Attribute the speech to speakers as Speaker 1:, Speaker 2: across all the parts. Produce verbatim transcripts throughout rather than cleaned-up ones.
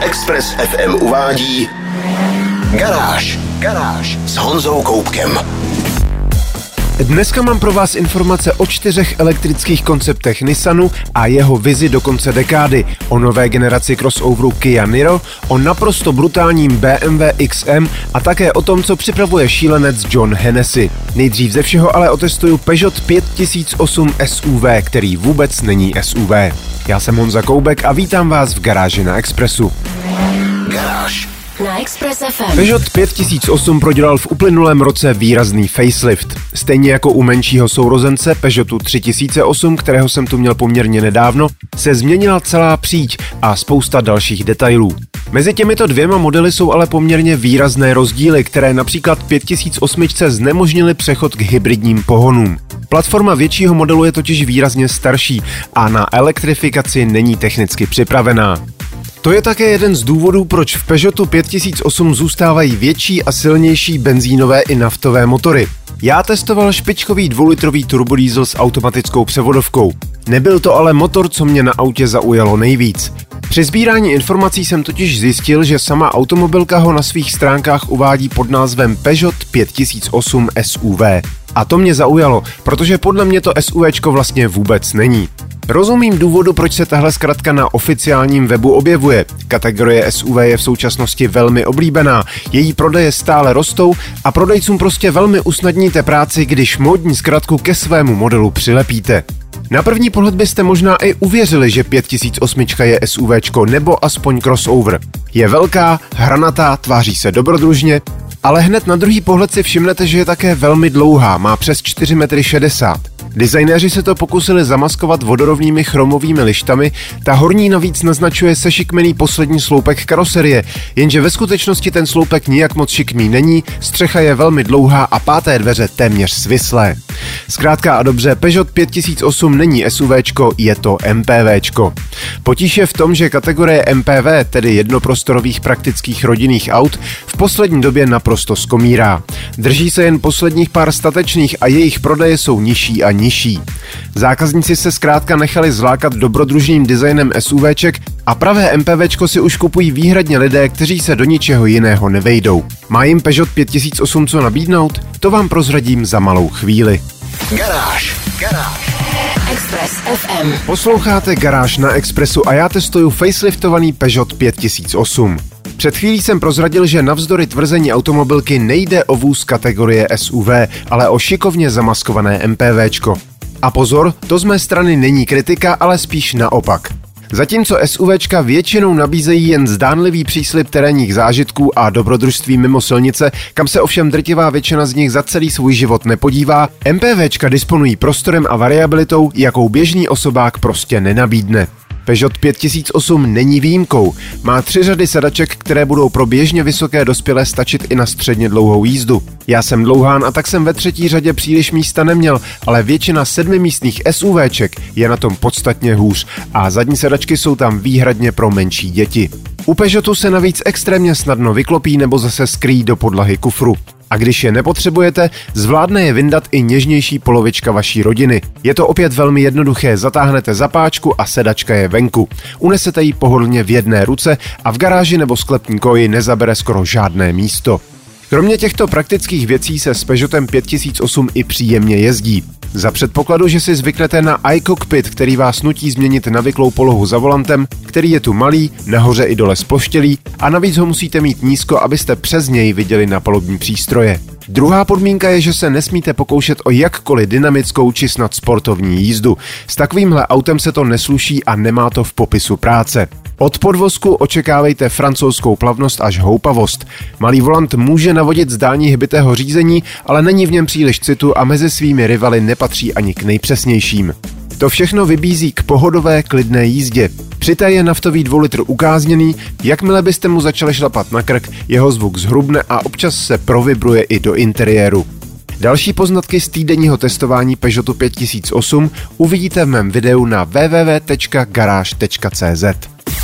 Speaker 1: Express F M uvádí Garáž. Garáž s Honzou Koubkem.
Speaker 2: Dneska mám pro vás informace o čtyřech elektrických konceptech Nissanu a jeho vizi do konce dekády, o nové generaci crossoveru Kia Niro, o naprosto brutálním B M W X M a také o tom, co připravuje šílenec John Hennessy. Nejdřív ze všeho ale otestuju Peugeot pět tisíc osm S U V, který vůbec není S U V. Já jsem Honza Koubek a vítám vás v Garáži na Expressu.
Speaker 1: Garáž
Speaker 3: na Express F M.
Speaker 2: Peugeot pět tisíc osm prodělal v uplynulém roce výrazný facelift. Stejně jako u menšího sourozence Peugeotu tři tisíce osm, kterého jsem tu měl poměrně nedávno, se změnila celá příď a spousta dalších detailů. Mezi těmito dvěma modely jsou ale poměrně výrazné rozdíly, které například pět tisíc osm znemožnily přechod k hybridním pohonům. Platforma většího modelu je totiž výrazně starší a na elektrifikaci není technicky připravená. To je také jeden z důvodů, proč v Peugeotu pět tisíc osm zůstávají větší a silnější benzínové i naftové motory. Já testoval špičkový dvoulitrový turbodiesel s automatickou převodovkou. Nebyl to ale motor, co mě na autě zaujalo nejvíc. Při sbírání informací jsem totiž zjistil, že sama automobilka ho na svých stránkách uvádí pod názvem Peugeot pět tisíc osm S U V. A to mě zaujalo, protože podle mě to SUVčko vlastně vůbec není. Rozumím důvodu, proč se tahle zkratka na oficiálním webu objevuje. Kategorie S U V je v současnosti velmi oblíbená, její prodeje stále rostou a prodejcům prostě velmi usnadníte práci, když módní zkratku ke svému modelu přilepíte. Na první pohled byste možná i uvěřili, že pět tisíc osm je SUVčko nebo aspoň crossover. Je velká, hranatá, tváří se dobrodružně, ale hned na druhý pohled si všimnete, že je také velmi dlouhá, má přes čtyři metry šedesát. Designéři se to pokusili zamaskovat vodorovnými chromovými lištami, ta horní navíc naznačuje sešikmený poslední sloupek karoserie, jenže ve skutečnosti ten sloupek nijak moc šikmý není, střecha je velmi dlouhá a páté dveře téměř svislé. Zkrátka a dobře, Peugeot pět tisíc osm není SUVčko, je to MPVčko. Potíž je v tom, že kategorie M P V, tedy jednoprostorových praktických rodinných aut, v poslední době naprosto skomírá. Drží se jen posledních pár statečných a jejich prodeje jsou nižší a nižší. Zákazníci se zkrátka nechali zlákat dobrodružným designem SUVček a pravé MPVčko si už kupují výhradně lidé, kteří se do ničeho jiného nevejdou. Má jim Peugeot pět tisíc osm co nabídnout? To vám prozradím za malou chvíli.
Speaker 1: Garáž. Garáž.
Speaker 3: Express F M.
Speaker 2: Posloucháte Garáž na Expressu a já testuju faceliftovaný Peugeot pět tisíc osm. Před chvílí jsem prozradil, že navzdory tvrzení automobilky nejde o vůz kategorie S U V, ale o šikovně zamaskované MPVčko. A pozor, to z mé strany není kritika, ale spíš naopak. Zatímco SUVčka většinou nabízejí jen zdánlivý příslib terénních zážitků a dobrodružství mimo silnice, kam se ovšem drtivá většina z nich za celý svůj život nepodívá, MPVčka disponují prostorem a variabilitou, jakou běžný osobák prostě nenabídne. Peugeot pět tisíc osm není výjimkou. Má tři řady sedaček, které budou pro běžně vysoké dospělé stačit i na středně dlouhou jízdu. Já jsem dlouhán a tak jsem ve třetí řadě příliš místa neměl, ale většina sedmimístných SUVček je na tom podstatně hůř a zadní sedačky jsou tam výhradně pro menší děti. U Peugeotu se navíc extrémně snadno vyklopí nebo zase skryjí do podlahy kufru. A když je nepotřebujete, zvládne je vyndat i něžnější polovička vaší rodiny. Je to opět velmi jednoduché, zatáhnete zapáčku a sedačka je venku. Unesete ji pohodlně v jedné ruce a v garáži nebo sklepní koji nezabere skoro žádné místo. Kromě těchto praktických věcí se s Peugeotem pět tisíc osm i příjemně jezdí. Za předpokladu, že si zvyknete na iCockpit, který vás nutí změnit navyklou polohu za volantem, který je tu malý, nahoře i dole zploštělý a navíc ho musíte mít nízko, abyste přes něj viděli na palubní přístroje. Druhá podmínka je, že se nesmíte pokoušet o jakkoliv dynamickou či snad sportovní jízdu. S takovýmhle autem se to nesluší a nemá to v popisu práce. Od podvozku očekávejte francouzskou plavnost až houpavost. Malý volant může navodit zdání hbitého řízení, ale není v něm příliš citu a mezi svými rivaly nepatří ani k nejpřesnějším. To všechno vybízí k pohodové, klidné jízdě. Přité je naftový dvoulitr ukázněný, jakmile byste mu začali šlapat na krk, jeho zvuk zhrubne a občas se provibruje i do interiéru. Další poznatky z týdenního testování Peugeotu pět tisíc osm uvidíte v mém videu na w w w tečka garáž tečka c z.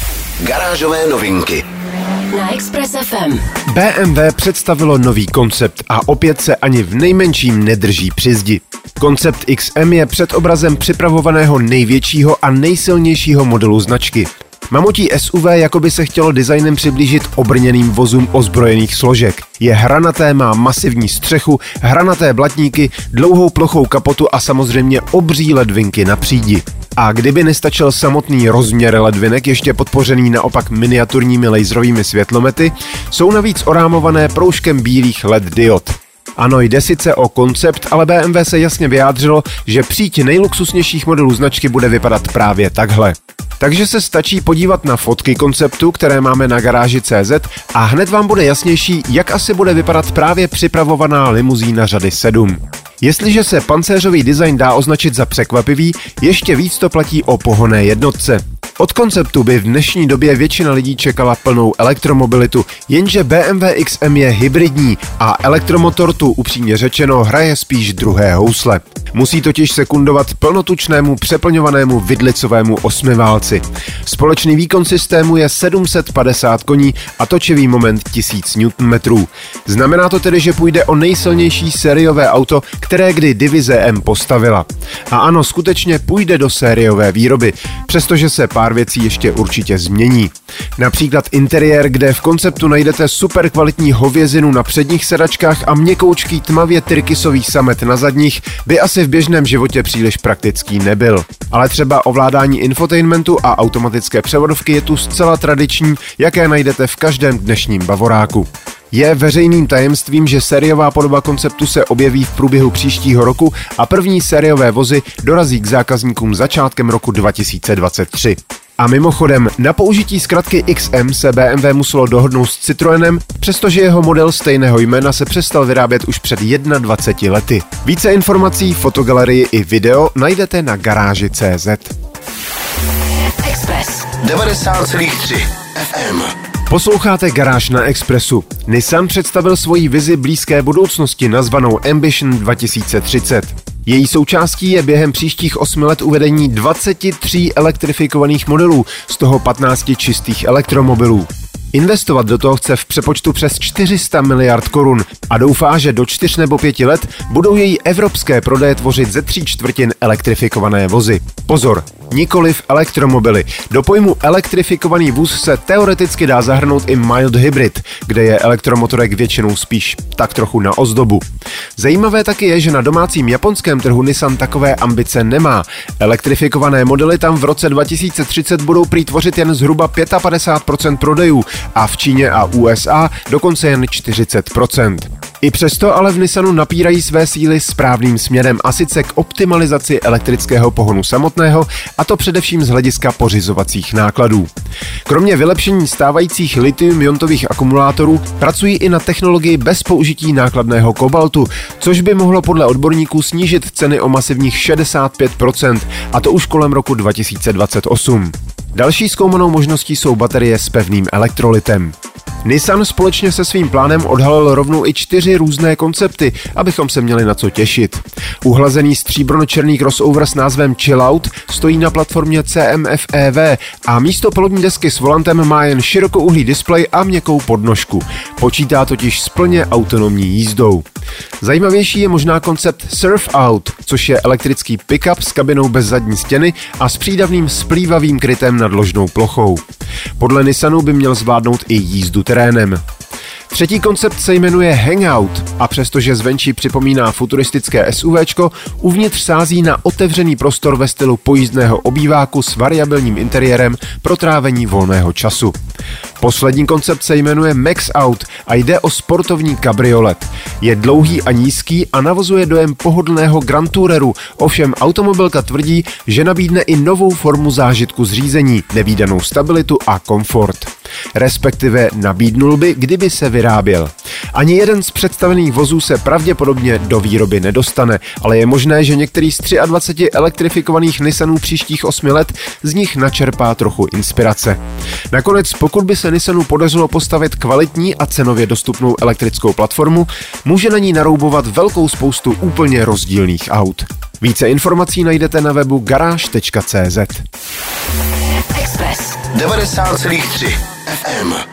Speaker 1: Garážové novinky
Speaker 3: na Express F M.
Speaker 2: B M W představilo nový koncept a opět se ani v nejmenším nedrží při zdi. Koncept X M je předobrazem připravovaného největšího a nejsilnějšího modelu značky. Mamutí S U V jako by se chtělo designem přiblížit obrněným vozům ozbrojených složek. Je hranaté, má masivní střechu, hranaté blatníky, dlouhou plochou kapotu a samozřejmě obří ledvinky na přídi. A kdyby nestačil samotný rozměr ledvinek, ještě podpořený naopak miniaturními laserovými světlomety, jsou navíc orámované proužkem bílých L E D diod. Ano, jde sice o koncept, ale B M W se jasně vyjádřilo, že příď nejluxusnějších modelů značky bude vypadat právě takhle. Takže se stačí podívat na fotky konceptu, které máme na garáži tečka cé zet a hned vám bude jasnější, jak asi bude vypadat právě připravovaná limuzína řady sedm. Jestliže se pancéřový design dá označit za překvapivý, ještě víc to platí o pohonné jednotce. Od konceptu by v dnešní době většina lidí čekala plnou elektromobilitu, jenže B M W X M je hybridní a elektromotor tu upřímně řečeno hraje spíš druhé housle. Musí totiž sekundovat plnotučnému přeplňovanému vidlicovému osmiválci. Společný výkon systému je sedm set padesát koní a točivý moment tisíc newtonmetrů. Znamená to tedy, že půjde o nejsilnější sériové auto, které kdy divize M postavila. A ano, skutečně půjde do sériové výroby, přestože se pár věcí ještě určitě změní. Například interiér, kde v konceptu najdete super kvalitní hovězinu na předních sedačkách a měkoučký tmavě tyrkysový samet na zadních, by asi v běžném životě příliš praktický nebyl. Ale třeba ovládání infotainmentu a automatické převodovky je tu zcela tradiční, jaké najdete v každém dnešním bavoráku. Je veřejným tajemstvím, že sériová podoba konceptu se objeví v průběhu příštího roku a první sériové vozy dorazí k zákazníkům začátkem roku dva tisíce dvacet tři. A mimochodem, na použití zkratky X M se B M W muselo dohodnout s Citroenem, přestože jeho model stejného jména se přestal vyrábět už před dvaceti jedněmi lety. Více informací, fotogalerii i video najdete na garáži tečka cé zet.
Speaker 3: Express
Speaker 1: devadesát celá tři F M.
Speaker 2: Posloucháte Garáž na Expressu. Nissan představil svoji vizi blízké budoucnosti nazvanou Ambition dva tisíce třicet. Její součástí je během příštích osmi let uvedení dvaceti tří elektrifikovaných modelů, z toho patnácti čistých elektromobilů. Investovat do toho chce v přepočtu přes čtyři sta miliard korun a doufá, že do čtyř nebo pěti let budou její evropské prodeje tvořit ze tří čtvrtin elektrifikované vozy. Pozor, nikoliv elektromobily. Do pojmu elektrifikovaný vůz se teoreticky dá zahrnout i mild hybrid, kde je elektromotorek většinou spíš tak trochu na ozdobu. Zajímavé taky je, že na domácím japonském trhu Nissan takové ambice nemá. Elektrifikované modely tam v roce dva tisíce třicet budou prý tvořit jen zhruba padesát pět procent prodejů a v Číně a U S A dokonce jen čtyřicet procent. I přesto ale v Nissanu napírají své síly správným směrem a sice k optimalizaci elektrického pohonu samotného, a to především z hlediska pořizovacích nákladů. Kromě vylepšení stávajících lithium-iontových akumulátorů pracují i na technologii bez použití nákladného kobaltu, což by mohlo podle odborníků snížit ceny o masivních šedesát pět procent, a to už kolem roku dva tisíce dvacet osm. Další zkoumanou možností jsou baterie s pevným elektrolitem. Nissan společně se svým plánem odhalil rovnou i čtyři různé koncepty, abychom se měli na co těšit. Uhlazený stříbrono-černý crossover s názvem Chillout stojí na platformě C M F E V a místo palubní desky s volantem má jen širokouhlý displej a měkkou podnožku. Počítá totiž s plně autonomní jízdou. Zajímavější je možná koncept Surf Out, což je elektrický pick-up s kabinou bez zadní stěny a s přídavným splývavým krytem nad ložnou plochou. Podle Nissanu by měl zvládnout i jízdu terénem. Třetí koncept se jmenuje Hangout a přestože zvenčí připomíná futuristické SUVčko, uvnitř sází na otevřený prostor ve stylu pojízdného obýváku s variabilním interiérem pro trávení volného času. Poslední koncept se jmenuje Max Out a jde o sportovní kabriolet. Je dlouhý a nízký a navozuje dojem pohodlného Grand Toureru, ovšem automobilka tvrdí, že nabídne i novou formu zážitku z řízení, nevídanou stabilitu a komfort. Respektive nabídnul by, kdyby se vyráběl. Ani jeden z představených vozů se pravděpodobně do výroby nedostane, ale je možné, že některý z dvaceti tří elektrifikovaných Nissanů příštích osmi let z nich načerpá trochu inspirace. Nakonec, pokud by se Nissanu podařilo postavit kvalitní a cenově dostupnou elektrickou platformu, může na ní naroubovat velkou spoustu úplně rozdílných aut. Více informací najdete na webu garáž tečka cé zet.
Speaker 3: Express
Speaker 1: devadesát celá tři F M.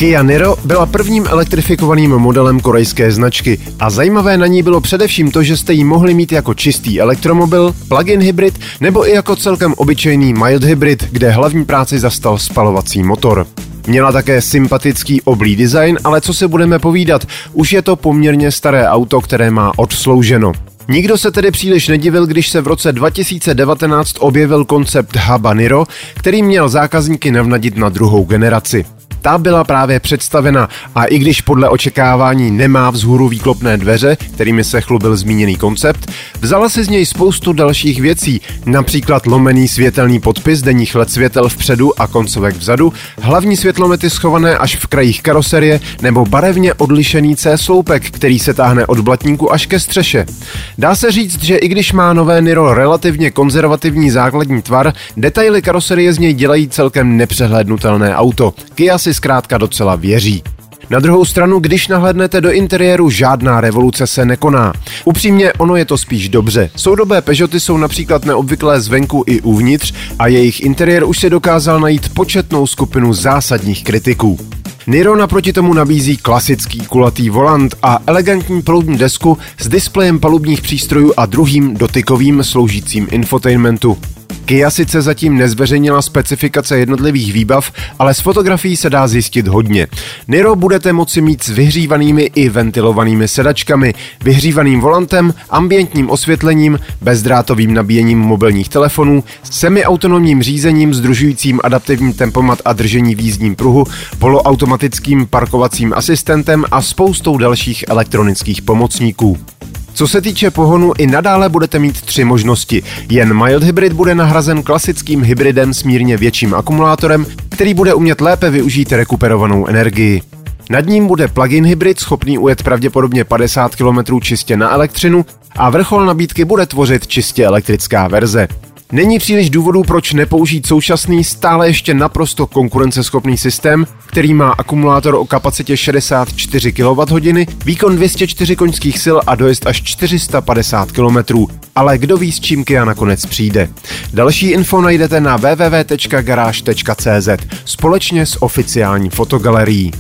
Speaker 2: Kia Niro byla prvním elektrifikovaným modelem korejské značky a zajímavé na ní bylo především to, že jste ji mohli mít jako čistý elektromobil, plug-in hybrid nebo i jako celkem obyčejný mild hybrid, kde hlavní práci zastal spalovací motor. Měla také sympatický oblý design, ale co se budeme povídat, už je to poměrně staré auto, které má odslouženo. Nikdo se tedy příliš nedivil, když se v roce dva tisíce devatenáct objevil koncept huba Niro, který měl zákazníky navnadit na druhou generaci. Ta byla právě představena a i když podle očekávání nemá vzhůru výklopné dveře, kterými se chlubil zmíněný koncept, vzala si z něj spoustu dalších věcí, například lomený světelný podpis denních el é dé světel vpředu a koncovek vzadu, hlavní světlomety schované až v krajích karoserie nebo barevně odlišený C-sloupek, který se táhne od blatníku až ke střeše. Dá se říct, že i když má nové Niro relativně konzervativní základní tvar, detaily karoserie z něj dělají celkem nepřehlédnutelné auto. Kia si zkrátka docela věří. Na druhou stranu, když nahlédnete do interiéru, žádná revoluce se nekoná. Upřímně, ono je to spíš dobře. Soudobé Peugeoty jsou například neobvyklé zvenku i uvnitř a jejich interiér už si dokázal najít početnou skupinu zásadních kritiků. Niro naproti tomu nabízí klasický kulatý volant a elegantní palubní desku s displejem palubních přístrojů a druhým dotykovým sloužícím infotainmentu. Kia sice zatím nezveřejnila specifikace jednotlivých výbav, ale z fotografií se dá zjistit hodně. Niro budete moci mít s vyhřívanými i ventilovanými sedačkami, vyhřívaným volantem, ambientním osvětlením, bezdrátovým nabíjením mobilních telefonů, semiautonomním řízením sdružujícím adaptivní tempomat a držení v jízdním pruhu, poloautomatickým parkovacím asistentem a spoustou dalších elektronických pomocníků. Co se týče pohonu, i nadále budete mít tři možnosti. Jen mild hybrid bude nahrazen klasickým hybridem s mírně větším akumulátorem, který bude umět lépe využít rekuperovanou energii. Nad ním bude plug-in hybrid schopný ujet pravděpodobně padesát kilometrů čistě na elektřinu a vrchol nabídky bude tvořit čistě elektrická verze. Není příliš důvodů, proč nepoužít současný, stále ještě naprosto konkurenceschopný systém, který má akumulátor o kapacitě šedesát čtyři kilowatthodin, výkon dvě stě čtyři koňských sil a dojezd až čtyři sta padesát kilometrů. Ale kdo ví, s čím Kia nakonec přijde. Další info najdete na w w w tečka garáž tečka c z společně s oficiální fotogalerií.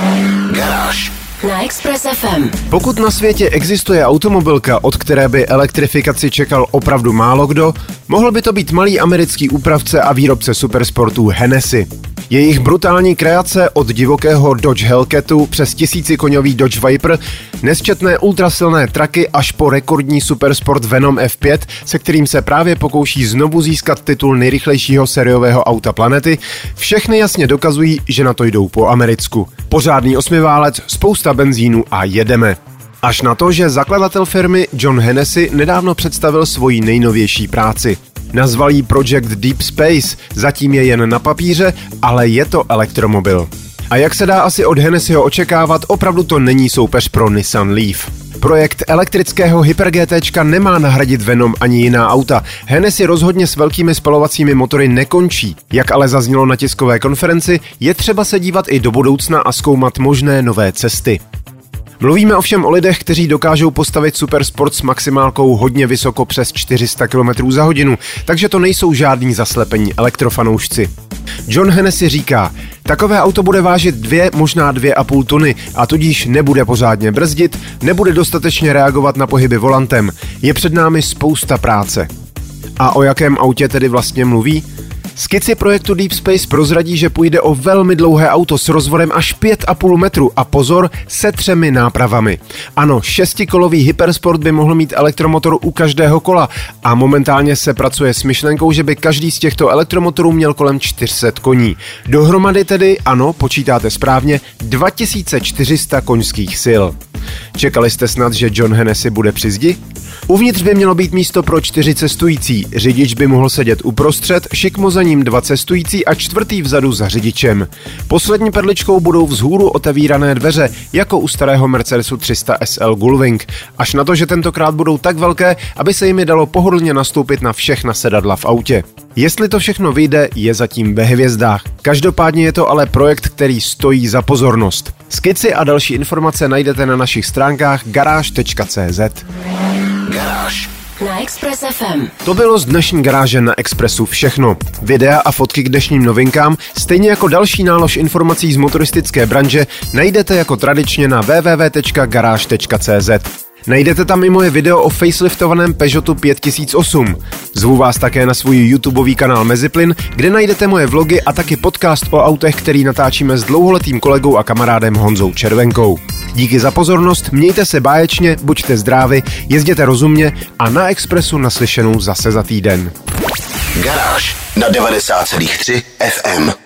Speaker 1: Garáž
Speaker 3: na Express F M.
Speaker 2: Pokud na světě existuje automobilka, od které by elektrifikaci čekal opravdu málo kdo, mohl by to být malý americký úpravce a výrobce supersportů Hennessy. Jejich brutální kreace od divokého Dodge Hellcatu přes tisícikoňový Dodge Viper, nesčetné ultrasilné traky až po rekordní supersport Venom F pět, se kterým se právě pokouší znovu získat titul nejrychlejšího sériového auta planety, všechny jasně dokazují, že na to jdou po americku. Pořádný osmiválec, spousta benzínu a jedeme. Až na to, že zakladatel firmy John Hennessy nedávno představil svoji nejnovější práci. Nazval ji Project Deep Space, zatím je jen na papíře, ale je to elektromobil. A jak se dá asi od Hennessyho očekávat, opravdu to není soupeř pro Nissan Leaf. Projekt elektrického HyperGTčka nemá nahradit Venom ani jiná auta. Hennessy rozhodně s velkými spalovacími motory nekončí. Jak ale zaznělo na tiskové konferenci, je třeba se dívat i do budoucna a zkoumat možné nové cesty. Mluvíme ovšem o lidech, kteří dokážou postavit supersport s maximálkou hodně vysoko přes čtyři sta kilometrů za hodinu, takže to nejsou žádní zaslepení elektrofanoušci. John Hennessy říká, takové auto bude vážit dvě, možná dvě a půl tuny a tudíž nebude pořádně brzdit, nebude dostatečně reagovat na pohyby volantem. Je před námi spousta práce. A o jakém autě tedy vlastně mluví? Skici projektu Deep Space prozradí, že půjde o velmi dlouhé auto s rozvodem až pět a půl metru a pozor, se třemi nápravami. Ano, šestikolový hypersport by mohl mít elektromotor u každého kola a momentálně se pracuje s myšlenkou, že by každý z těchto elektromotorů měl kolem čtyři sta koní. Dohromady tedy, ano, počítáte správně, dva tisíce čtyři sta koňských sil. Čekali jste snad, že John Hennessy bude při zdi? Uvnitř by mělo být místo pro čtyři cestující, řidič by mohl sedět uprostřed, šikmo za ním dva cestující a čtvrtý vzadu za řidičem. Poslední perličkou budou vzhůru otevírané dveře, jako u starého Mercedesu tři sta S L Gullwing, až na to, že tentokrát budou tak velké, aby se jimi dalo pohodlně nastoupit na všechna sedadla v autě. Jestli to všechno vyjde, je zatím ve hvězdách. Každopádně je to ale projekt, který stojí za pozornost. Skici a další informace najdete na našich stránkách garáž tečka cé zet.
Speaker 1: Garáž
Speaker 3: na Express F M.
Speaker 2: To bylo z dnešní garáže na Expressu všechno. Videa a fotky k dnešním novinkám, stejně jako další nálož informací z motoristické branže, najdete jako tradičně na w w w tečka garáž tečka c z. Najdete tam i moje video o faceliftovaném Peugeotu pět tisíc osm. Zvu vás také na svůj YouTubeový kanál Meziplyn, kde najdete moje vlogy a taky podcast o autech, který natáčíme s dlouholetým kolegou a kamarádem Honzou Červenkou. Díky za pozornost, mějte se báječně, buďte zdraví, jezděte rozumně a na Expressu naslyšenou zase za týden.
Speaker 1: Garáž na devadesát celá tři F M.